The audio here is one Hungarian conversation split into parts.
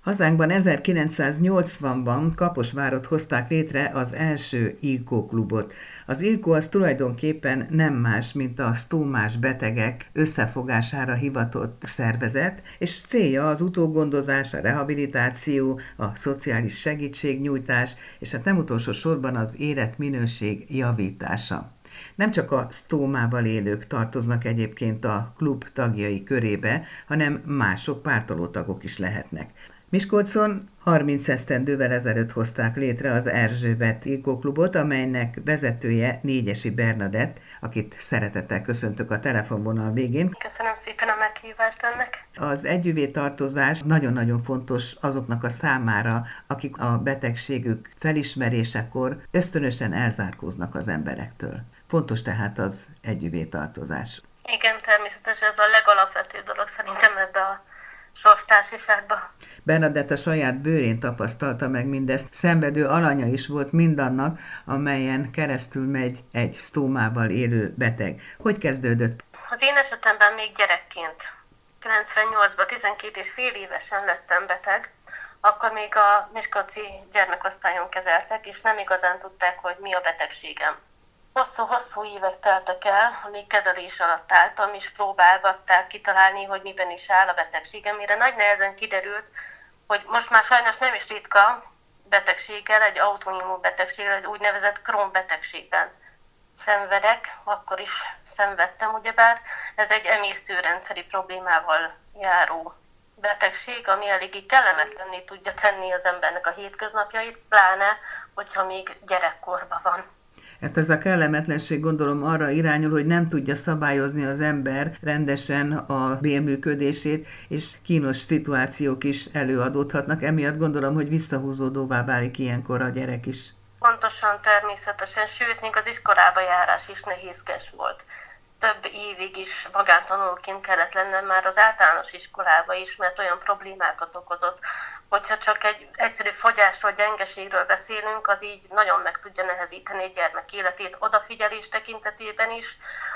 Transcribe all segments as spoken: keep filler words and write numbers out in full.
Hazánkban ezerkilencszáznyolcvanban Kaposvárott hozták létre az első Ilkó klubot. Az Ilkó az tulajdonképpen nem más, mint a sztómás betegek összefogására hivatott szervezet, és célja az utógondozás, a rehabilitáció, a szociális segítségnyújtás, és hát nem utolsó sorban az életminőség javítása. Nem csak a sztómával élők tartoznak egyébként a klub tagjai körébe, hanem mások pártolótagok is lehetnek. Miskolcon harminc esztendővel ezelőtt hozták létre az Erzsébet Ilkó klubot, amelynek vezetője Négyesi Bernadett, akit szeretettel köszöntök a telefonvonal végén. Köszönöm szépen a meghívást önnek. Az együvé tartozás nagyon-nagyon fontos azoknak a számára, akik a betegségük felismerésekor ösztönösen elzárkóznak az emberektől. Fontos tehát az együvé tartozás. Igen, természetesen ez a legalapvetőbb dolog szerintem ebbe a sorstársaságba. Bernadett a saját bőrén tapasztalta meg mindezt. Szenvedő alanya is volt mindannak, amelyen keresztül megy egy sztómával élő beteg. Hogy kezdődött? Az én esetemben még gyerekként, kilencvennyolcban, tizenkét és fél évesen lettem beteg, akkor még a miskolci gyermekosztályon kezeltek, és nem igazán tudták, hogy mi a betegségem. Hosszú-hosszú évek teltek el, amíg kezelés alatt álltam, és próbálgatták kitalálni, hogy miben is áll a betegségem, mire nagy nehezen kiderült, hogy most már sajnos nem is ritka betegséggel, egy autoimmun betegséggel, egy úgynevezett Crohn betegségben szenvedek, akkor is szenvedtem ugyebár. Ez egy emésztőrendszeri problémával járó betegség, ami eléggé kellemetlenné tudja tenni az embernek a hétköznapjait, pláne, hogyha még gyerekkorban van. Hát ez a kellemetlenség gondolom arra irányul, hogy nem tudja szabályozni az ember rendesen a bélműködését, és kínos szituációk is előadódhatnak. Emiatt gondolom, hogy visszahúzódóvá válik ilyenkor a gyerek is. Pontosan, természetesen, sőt, még az iskolába járás is nehézkes volt. Több évig is magántanulóként kellett lennem már az általános iskolába is, mert olyan problémákat okozott, hogyha csak egy egyszerű fogyásról, gyengeségről beszélünk, az így nagyon meg tudja nehezíteni egy gyermek életét odafigyelés tekintetében is,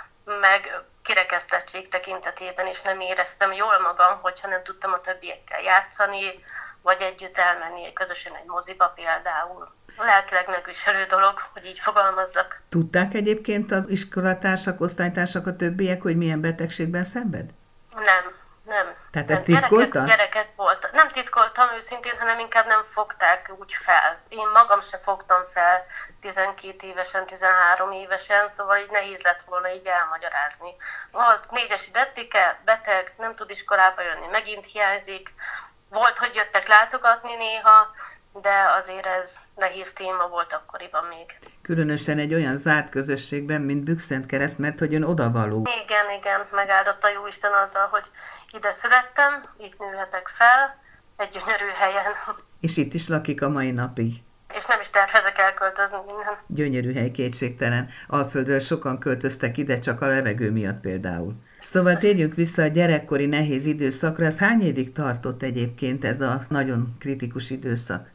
meg kirekesztettség tekintetében is nem éreztem jól magam, hogyha nem tudtam a többiekkel játszani, vagy együtt elmenni közösen egy moziba például. Lelkileg megviselő dolog, hogy így fogalmazzak. Tudták egyébként az iskolatársak, osztálytársak, a többiek, hogy milyen betegségben szenved? Nem, nem. Tehát ezt titkolta? Gyerekek, gyerekek voltak. Nem titkoltam őszintén, hanem inkább nem fogták úgy fel. Én magam se fogtam fel tizenkét évesen, tizenhárom évesen, szóval így nehéz lett volna így elmagyarázni. Volt négyesi Bettike, beteg, nem tud iskolába jönni, megint hiányzik. Volt, hogy jöttek látogatni néha, de azért ez nehéz téma volt akkoriban még. Különösen egy olyan zárt közösségben, mint Bükszentkereszt, mert hogy ön odavaló. Igen, igen, megáldott a Jóisten azzal, hogy ide születtem, itt nőhetek fel, egy gyönyörű helyen. És itt is lakik a mai napig. És nem is tervezek elköltözni innen. Gyönyörű hely, kétségtelen. Alföldről sokan költöztek ide, csak a levegő miatt például. Szóval térjünk vissza a gyerekkori nehéz időszakra. Ez hány évig tartott egyébként ez a nagyon kritikus időszak?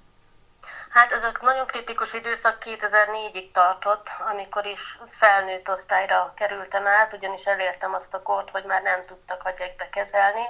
Hát ez a nagyon kritikus időszak kétezer-négyig tartott, amikor is felnőtt osztályra kerültem át, ugyanis elértem azt a kort, hogy már nem tudtak agyekbe kezelni,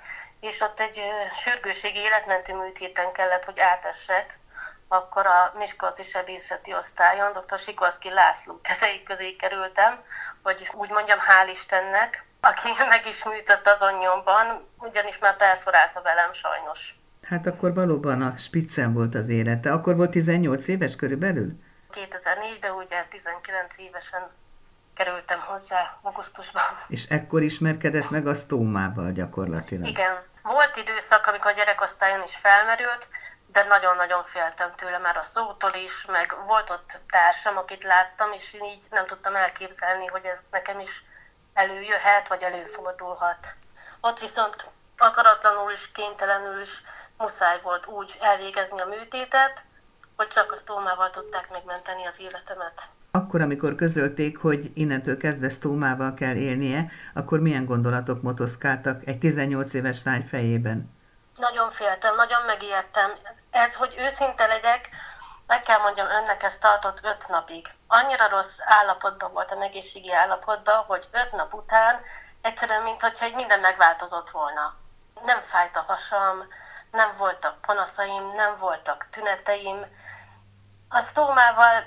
és ott egy sürgősségi életmentő műtéten kellett, hogy átessek. Akkor a miskolci sebészeti osztályon dr. Sikorszky László kezei közé kerültem, hogy úgy mondjam, hál' Istennek, aki meg is műtött azon nyomban, ugyanis már perforálta velem sajnos. Hát akkor valóban a spiccen volt az élete. Akkor volt tizennyolc éves körülbelül? kétezer-négyben ugye tizenkilenc évesen kerültem hozzá augusztusban. És ekkor ismerkedett meg a sztómával gyakorlatilag? Igen. Volt időszak, amikor a gyerekosztályon is felmerült, de nagyon-nagyon féltem tőle már a szótól is, meg volt ott társam, akit láttam, és én így nem tudtam elképzelni, hogy ez nekem is előjöhet, vagy előfordulhat. Ott viszont akaratlanul is, kénytelenül is muszáj volt úgy elvégezni a műtétet, hogy csak a sztómával tudták megmenteni az életemet. Akkor, amikor közölték, hogy innentől kezdve sztómával kell élnie, akkor milyen gondolatok motoszkáltak egy tizennyolc éves lány fejében? Nagyon féltem, nagyon megijedtem. Ez, hogy őszinte legyek, meg kell mondjam önnek, ez tartott öt napig. Annyira rossz állapotban voltam, egészségi állapotban, hogy öt nap után egyszerűen, mintha minden megváltozott volna. Nem fájt a hasam, nem voltak panaszaim, nem voltak tüneteim. A sztómával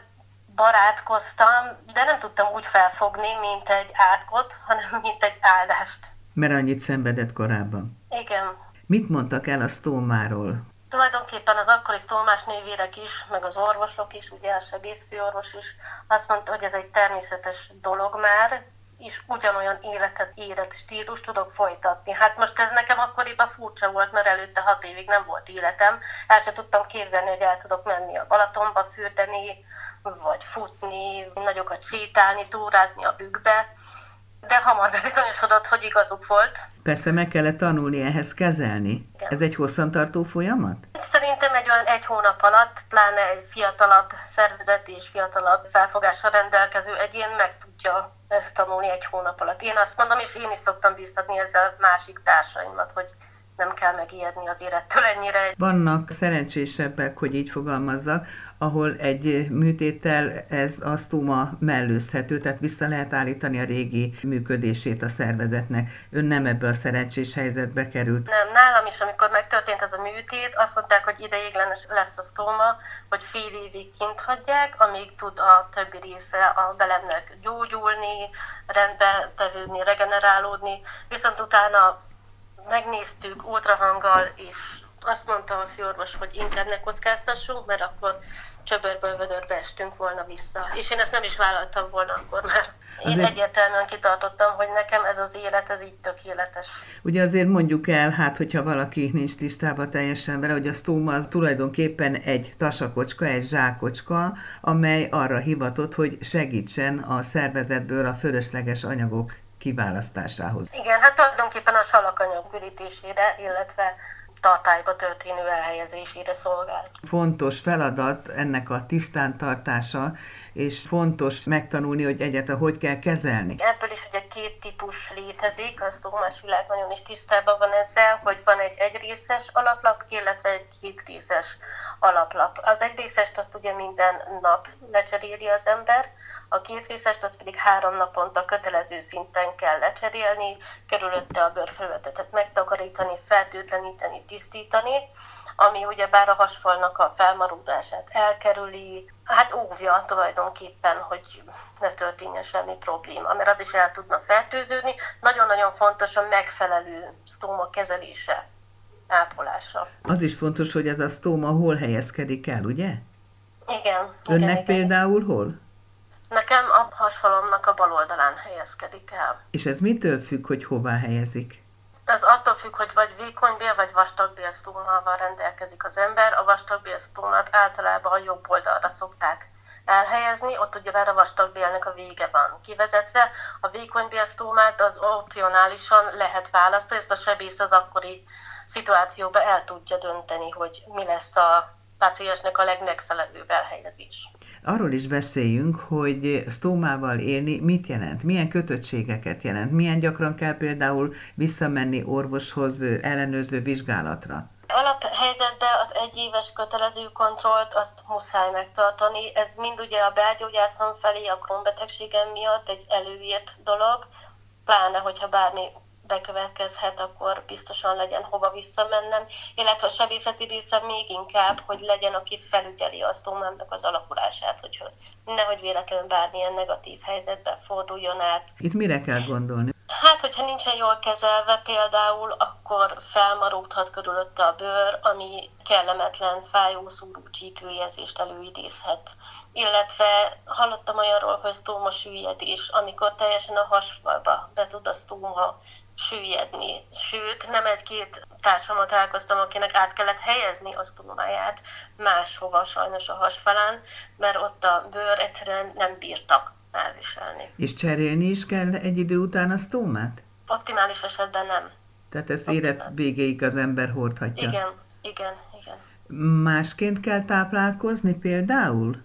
barátkoztam, de nem tudtam úgy felfogni, mint egy átkot, hanem mint egy áldást. Mert annyit szenvedett korábban. Igen. Mit mondtak el a sztómáról? Tulajdonképpen az akkori sztómás nővérek is, meg az orvosok is, ugye a sebészfőorvos is azt mondta, hogy ez egy természetes dolog már, és ugyanolyan életet, életstílus tudok folytatni. Hát most ez nekem akkoriban furcsa volt, mert előtte hat évig nem volt életem. El sem tudtam képzelni, hogy el tudok menni a Balatonba fürdeni, vagy futni, nagyokat sétálni, túrázni a bükkbe. De hamar bebizonyosodott, hogy igazuk volt. Persze meg kellett tanulni ehhez kezelni. Igen. Ez egy hosszantartó folyamat? Szerintem egy olyan egy hónap alatt, pláne egy fiatalabb szervezet és fiatalabb felfogással rendelkező egyén meg tudja ezt tanulni egy hónap alatt. Én azt mondom, és én is szoktam bíztatni ezzel másik társaimat, hogy nem kell megijedni az élettől ennyire. Vannak szerencsésebbek, hogy így fogalmazzak, ahol egy műtéttel ez a sztóma mellőzhető, tehát vissza lehet állítani a régi működését a szervezetnek. Ön nem ebbe a szerencsés helyzetbe került? Nem, nálam is, amikor megtörtént ez a műtét, azt mondták, hogy ideiglenes lesz a sztóma, hogy fél évig kint hagyják, amíg tud a többi része a belemnek gyógyulni, rendbe tevődni, regenerálódni, viszont utána megnéztük ultrahanggal, és azt mondta a főorvos, hogy inkább ne kockáztassunk, mert akkor csöbörből vödörbe estünk volna vissza. És én ezt nem is vállaltam volna akkor már. Én azért egyértelműen kitartottam, hogy nekem ez az élet, ez így tökéletes. Ugye azért mondjuk el, hát hogyha valaki nincs tisztában teljesen vele, hogy a sztóma az tulajdonképpen egy tasakocska, egy zsákocska, amely arra hivatott, hogy segítsen a szervezetből a fölösleges anyagok kiválasztásához. Igen, hát tulajdonképpen a salakanyag ürítésére, illetve tartályba történő elhelyezésére szolgál. Fontos feladat ennek a tisztántartása, és fontos megtanulni, hogy egyáltalán hogy kell kezelni. Ebből is ugye két típus létezik, a sztómás világ nagyon is tisztában van ezzel, hogy van egy egyrészes alaplap, illetve egy kétrészes alaplap. Az egyrészest azt ugye minden nap lecseréli az ember, a kétrészest azt pedig három naponta kötelező szinten kell lecserélni, körülötte a bőrfelületet megtakarítani, fertőtleníteni, tisztítani, ami ugyebár a hasfalnak a felmaródását elkerüli, hát óvja tulajdonképpen, hogy ne történjen semmi probléma, mert az is el tudna fertőződni. Nagyon-nagyon fontos a megfelelő sztóma kezelése, ápolása. Az is fontos, hogy ez a sztóma hol helyezkedik el, ugye? Igen. Önnek igen, például igen. Hol? Nekem a hasfalomnak a bal oldalán helyezkedik el. És ez mitől függ, hogy hová helyezik? Ez attól függ, hogy vagy vékonybél, vagy vastagbélsztómával rendelkezik az ember. A vastagbélsztómát általában a jobb oldalra szokták elhelyezni, ott ugyebár a vastagbélnek a vége van kivezetve. A vékonybélsztómát az opcionálisan lehet választani, ezt a sebész az akkori szituációban el tudja dönteni, hogy mi lesz a páciensnek a legmegfelelőbb elhelyezés. Arról is beszéljünk, hogy sztómával élni mit jelent, milyen kötöttségeket jelent, milyen gyakran kell például visszamenni orvoshoz ellenőrző vizsgálatra. Alaphelyzetben az egyéves kötelező kontrollt azt muszáj megtartani. Ez mind ugye a belgyógyászon felé a Crohn-betegségem miatt egy előírt dolog, pláne hogyha bármi bekövetkezhet, akkor biztosan legyen hova visszamennem, illetve a sebészeti része még inkább, hogy legyen, aki felügyeli a sztómámnak az alakulását, hogy nehogy véletlenül bármilyen negatív helyzetben forduljon át. Itt mire kell gondolni? Hát, hogyha nincsen jól kezelve például, akkor felmaródhat körülötte a bőr, ami kellemetlen, fájó, szúró csípőjezést előidézhet. Illetve hallottam olyanról, hogy sztóma süllyedés, amikor teljesen a hasfalba be tud a sztóma süllyedni. Sőt, nem egy-két társammal találkoztam, akinek át kellett helyezni a sztómáját máshova, sajnos a hasfalán, mert ott a bőr egyszerűen nem bírtak elviselni. És cserélni is kell egy idő után a sztómát? Optimális esetben nem. Tehát ezt élet végéig az ember hordhatja? Igen, igen, igen. Másként kell táplálkozni például?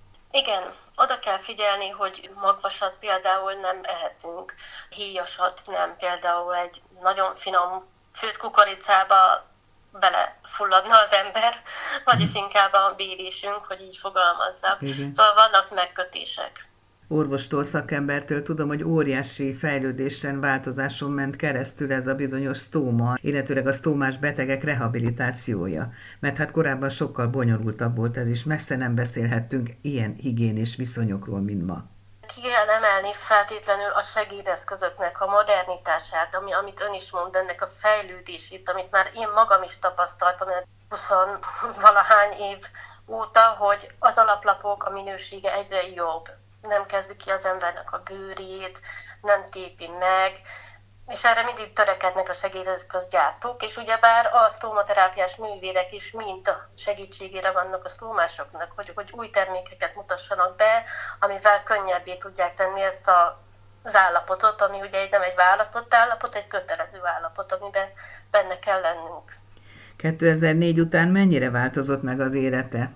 Igen, oda kell figyelni, hogy magvasat például nem ehetünk, híjasat nem, például egy nagyon finom főtt kukoricába belefulladna az ember, vagyis inkább a bélésünk, hogy így fogalmazzak. Igen. Szóval vannak megkötések. orvostól, szakembertől tudom, hogy óriási fejlődésen, változáson ment keresztül ez a bizonyos sztóma, illetőleg a sztómás betegek rehabilitációja. Mert hát korábban sokkal bonyolultabb volt ez is, messze nem beszélhettünk ilyen higiénés viszonyokról, mint ma. Ki kell emelni feltétlenül a segédeszközöknek a modernitását, ami, amit ön is mond, ennek a fejlődését, amit már én magam is tapasztaltam húsz-valahány év óta, hogy az alaplapok, a minősége egyre jobb. Nem kezdi ki az embernek a bőrét, nem tépi meg, és erre mindig törekednek a segédeszközgyártók, és ugyebár a sztómaterápiás művérek is mind segítségére vannak a sztómásoknak, hogy, hogy új termékeket mutassanak be, amivel könnyebbé tudják tenni ezt a, az állapotot, ami ugye nem egy választott állapot, egy kötelező állapot, amiben benne kell lennünk. kétezer-négy után mennyire változott meg az élete?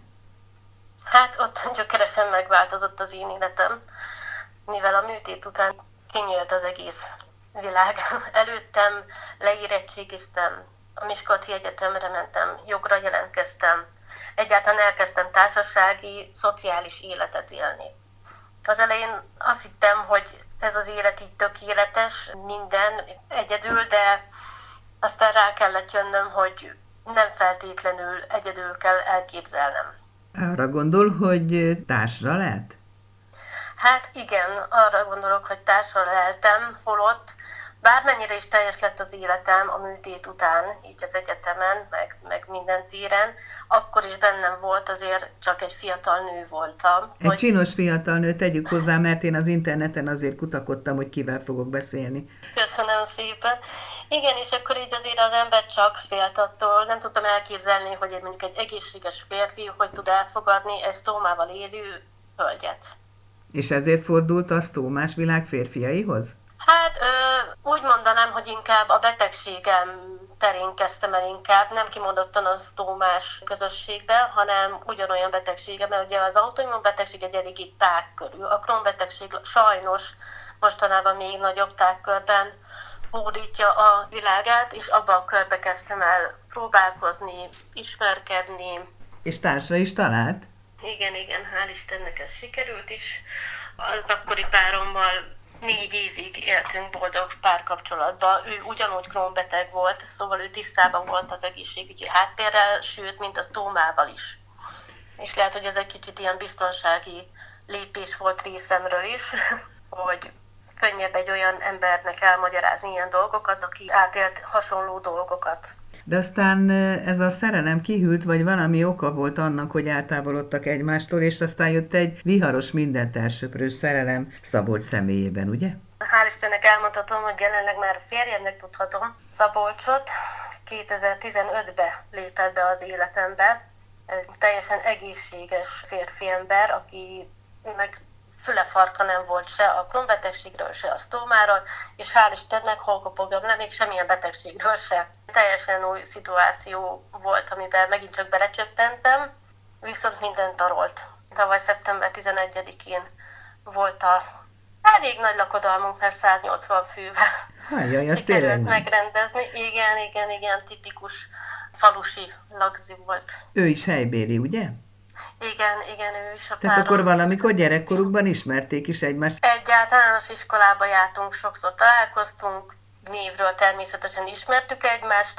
Hát ott gyökeresen megváltozott az én életem, mivel a műtét után kinyílt az egész világ. Előttem leérettségiztem, a Miskolci Egyetemre mentem, jogra jelentkeztem, egyáltalán elkezdtem társasági, szociális életet élni. Az elején azt hittem, hogy ez az élet így tökéletes, minden egyedül, de aztán rá kellett jönnöm, hogy nem feltétlenül egyedül kell elképzelnem. Arra gondol, hogy társra lehet? Hát igen, arra gondolok, hogy társra leheltem, holott bármennyire is teljes lett az életem a műtét után, így az egyetemen, meg, meg minden téren, akkor is bennem volt, azért csak egy fiatal nő voltam. Egy hogy... csinos fiatal nő, tegyük hozzá, mert én az interneten azért kutakodtam, hogy kivel fogok beszélni. Köszönöm szépen. Igen, és akkor így azért az ember csak félt attól, nem tudtam elképzelni, hogy egy, mondjuk egy egészséges férfi, hogy tud elfogadni egy sztómával élő hölgyet. És ezért fordult a sztómás világ férfiaihoz? Hát ö, úgy mondanám, hogy inkább a betegségem terén kezdtem el inkább, nem kimondottan a sztómás közösségbe, hanem ugyanolyan betegségemben, ugye az autoimmun betegség egy eléggé tágkörű. A Crohn betegség sajnos mostanában még nagyobb tágkörben hódítja a világát, és abban a körbe kezdtem el próbálkozni, ismerkedni. És társra is talált? Igen, igen, hál' Istennek ez sikerült is. Az akkori párommal négy évig éltünk boldog párkapcsolatban. Ő ugyanúgy Crohn beteg volt, szóval ő tisztában volt az egészségügyi háttérrel, sőt, mint a sztómával is. És lehet, hogy ez egy kicsit ilyen biztonsági lépés volt részemről is, hogy könnyebb egy olyan embernek elmagyarázni ilyen dolgokat, aki átélt hasonló dolgokat. De aztán ez a szerelem kihűlt, vagy valami oka volt annak, hogy eltávolodtak egymástól, és aztán jött egy viharos, mindent elsöprő szerelem Szabolcs személyében, ugye? Hál' Istennek elmondhatom, hogy jelenleg már férjemnek tudhatom Szabolcsot. kétezer-tizenötben lépett be az életembe. Egy teljesen egészséges férfi ember, akinek füle-farka nem volt se a Crohn betegségről, se a sztómáról, és hál' Istennek, hol kopogom le, még semmilyen betegségről se. Teljesen új szituáció volt, amiben megint csak belecsöppentem, viszont minden tarolt. Tavaly szeptember tizenegyedikén volt a elég nagy lakodalmunk, mert száznyolcvan fővel Ajjaj, sikerült megrendezni. Igen, igen, igen, tipikus falusi lagzi volt. Ő is helybéli, ugye? Igen, igen, ő is a Tehát akkor valamikor gyerekkorukban ismerték is egymást? Egy általános iskolába jártunk, sokszor találkoztunk, névről természetesen ismertük egymást,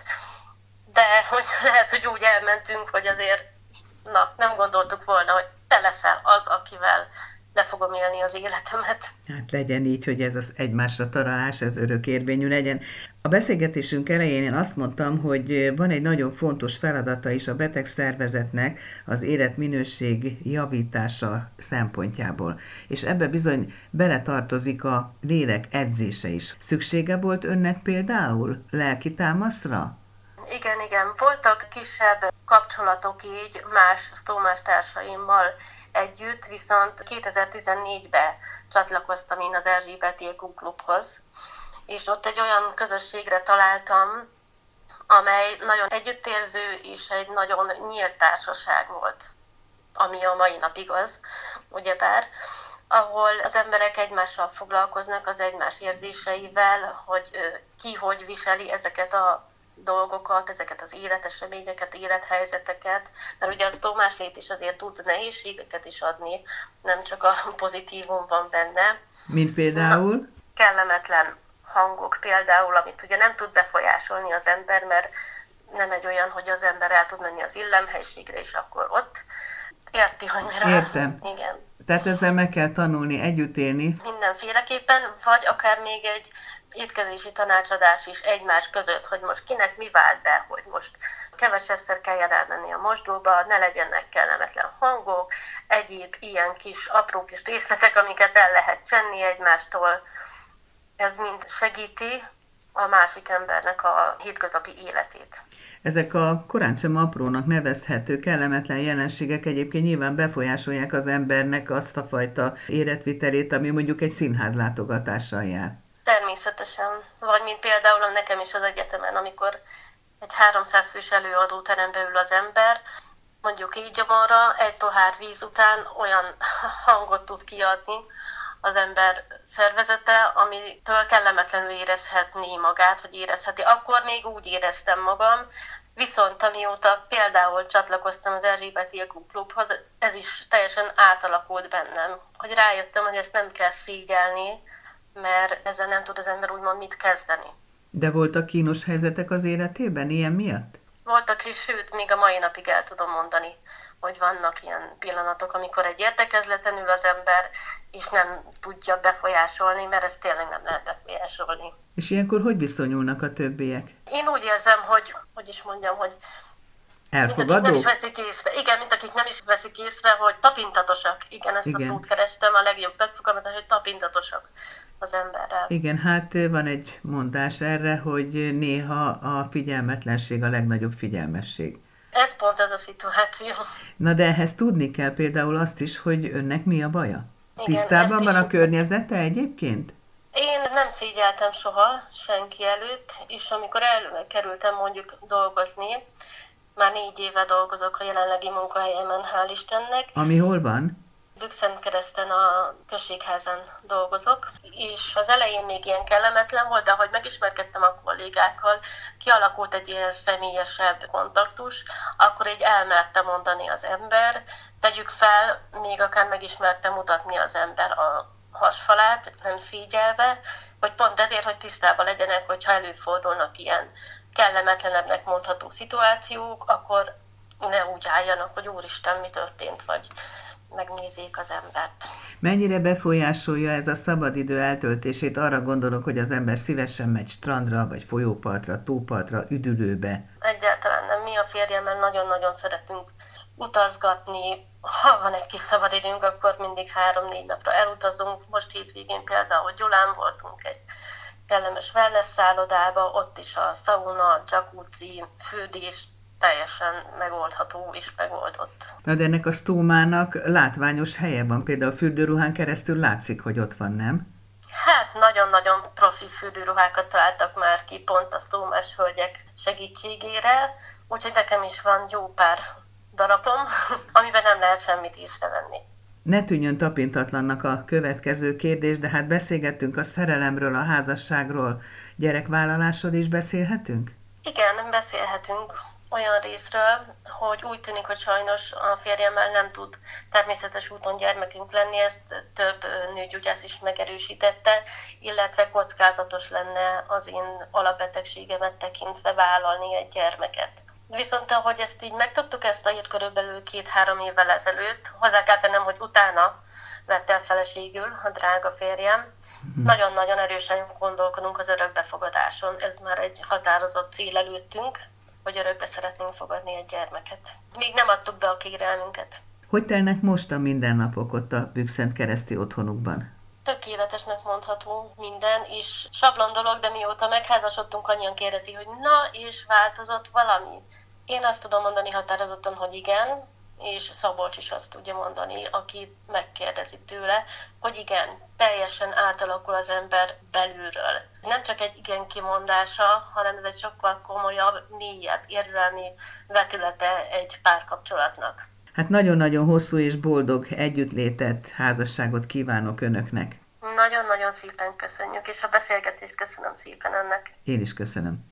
de hogy lehet, hogy úgy elmentünk, hogy azért na, nem gondoltuk volna, hogy te leszel az, akivel le fogom élni az életemet. Hát legyen így, hogy ez az egymásra találás, ez örökérvényű legyen. A beszélgetésünk elején én azt mondtam, hogy van egy nagyon fontos feladata is a beteg szervezetnek az életminőség javítása szempontjából. És ebbe bizony beletartozik a lélek edzése is. Szüksége volt önnek például lelki támaszra? Igen, igen. Voltak kisebb kapcsolatok így más sztómás társaimmal együtt, viszont kétezer-tizennégyben csatlakoztam én az Erzsébet Ilkó Klubhoz, és ott egy olyan közösségre találtam, amely nagyon együttérző és egy nagyon nyílt társaság volt, ami a mai napig az, ugyebár, ahol az emberek egymással foglalkoznak, az egymás érzéseivel, hogy ki hogy viseli ezeket a dolgokat, ezeket az életeseményeket, élethelyzeteket, mert ugye az Tómás lét is azért tud nehézségeket is adni, nem csak a pozitívum van benne. Mint például? Na, kellemetlen hangok például, amit ugye nem tud befolyásolni az ember, mert nem egy olyan, hogy az ember el tud menni az illemhelységre, és akkor ott érti, hogy mire... Értem. Igen. Tehát ezzel meg kell tanulni, együtt élni. Mindenféleképpen, vagy akár még egy étkezési tanácsadás is egymás között, hogy most kinek mi vált be, hogy most kevesebbszer kelljen elmenni a mosdóba, ne legyenek kellemetlen hangok, egyéb ilyen kis, apró kis részletek, amiket el lehet csenni egymástól. Ez mind segíti a másik embernek a hétköznapi életét. Ezek a korán sem aprónak nevezhető kellemetlen jelenségek egyébként nyilván befolyásolják az embernek azt a fajta életvitelét, ami mondjuk egy színház látogatással jár. Természetesen. Vagy mint például nekem is az egyetemen, amikor egy háromszáz fős előadóterembe ül az ember, mondjuk így gyomorra, egy pohár víz után olyan hangot tud kiadni az ember szervezete, amitől kellemetlenül érezhetné magát, vagy érezheti. Akkor még úgy éreztem magam, viszont amióta például csatlakoztam az Erzsébet Ilkó Klubhoz, ez is teljesen átalakult bennem, hogy rájöttem, hogy ezt nem kell szégyelni, mert ezzel nem tud az ember úgymond mit kezdeni. De voltak kínos helyzetek az életében ilyen miatt? Voltak is, sőt, még a mai napig el tudom mondani, hogy vannak ilyen pillanatok, amikor egy értekezleten ül az ember, és nem tudja befolyásolni, mert ezt tényleg nem lehet befolyásolni. És ilyenkor hogy viszonyulnak a többiek? Én úgy érzem, hogy, hogy is mondjam, hogy elfogadók? Mint akik nem is veszik észre. Igen, mint akik nem is veszik észre, hogy tapintatosak. Igen, ezt Igen. a szót kerestem, a legjobb megfogalmazás, hogy tapintatosak az emberrel. Igen, hát van egy mondás erre, hogy néha a figyelmetlenség a legnagyobb figyelmesség. Ez pont ez a szituáció. Na de ehhez tudni kell például azt is, hogy önnek mi a baja. Igen, tisztában van a környezete egyébként? Én nem szégyeltem soha senki előtt, és amikor elkerültem mondjuk dolgozni, már négy éve dolgozok a jelenlegi munkahelyemen, hál' Istennek. Ami hol van? Bükkszentkereszten a községházán dolgozok, és az elején még ilyen kellemetlen volt, de ahogy megismerkedtem a kollégákkal, kialakult egy ilyen személyesebb kontaktus, akkor így elmerte mondani az ember, tegyük fel, még akár megismerte mutatni az ember a hasfalát, nem szégyelve, hogy pont ezért, hogy tisztában legyenek, hogyha előfordulnak ilyen kellemetlenebbnek mondható szituációk, akkor ne úgy álljanak, hogy úristen, mi történt, vagy megnézzék az embert. Mennyire befolyásolja ez a szabadidő eltöltését? Arra gondolok, hogy az ember szívesen megy strandra, vagy folyópartra, tópartra, üdülőbe. Egyáltalán nem. Mi a férjemmel nagyon-nagyon szeretünk utazgatni. Ha van egy kis szabadidőnk, akkor mindig három-négy napra elutazunk. Most hétvégén például Gyulán voltunk egy kellemes wellness szállodába, ott is a sauna, jacuzzi, fürdés teljesen megoldható és megoldott. Na de ennek a Sztómának látványos helye van, például a fürdőruhán keresztül látszik, hogy ott van, nem? Hát nagyon-nagyon profi fürdőruhákat találtak már ki pont a sztómás hölgyek segítségére, úgyhogy nekem is van jó pár darabom, amiben nem lehet semmit észrevenni. Ne tűnjön tapintatlannak a következő kérdés, de hát beszélgettünk a szerelemről, a házasságról, gyerekvállalásról is beszélhetünk? Igen, beszélhetünk olyan részről, hogy úgy tűnik, hogy sajnos a férjemmel nem tud természetes úton gyermekünk lenni, ezt több nőgyógyász is megerősítette, illetve kockázatos lenne az én alapbetegségemet tekintve vállalni egy gyermeket. Viszont ahogy ezt így megtudtuk, ezt a hírt körülbelül két-három évvel ezelőtt, hozzá kell tennem, hogy utána vett el feleségül a drága férjem. Mm. Nagyon-nagyon erősen gondolkodunk az örökbefogadáson. Ez már egy határozott cél előttünk, hogy örökbe szeretnénk fogadni egy gyermeket. Még nem adtuk be a kérelmünket. Hogy telnek most a mindennapok ott a Bükkszentkereszti otthonukban? Tökéletesnek mondható minden, és sablon dolog, de mióta megházasodtunk, annyian kérdezi, hogy na, és változott valami? Én azt tudom mondani határozottan, hogy igen, és Szabolcs is azt tudja mondani, aki megkérdezi tőle, hogy igen, teljesen átalakul az ember belülről. Nem csak egy igen kimondása, hanem ez egy sokkal komolyabb, mélyebb érzelmi vetülete egy párkapcsolatnak. Hát nagyon-nagyon hosszú és boldog együttlétet, házasságot kívánok önöknek. Nagyon-nagyon szépen köszönjük, és a beszélgetést köszönöm szépen önnek. Én is köszönöm.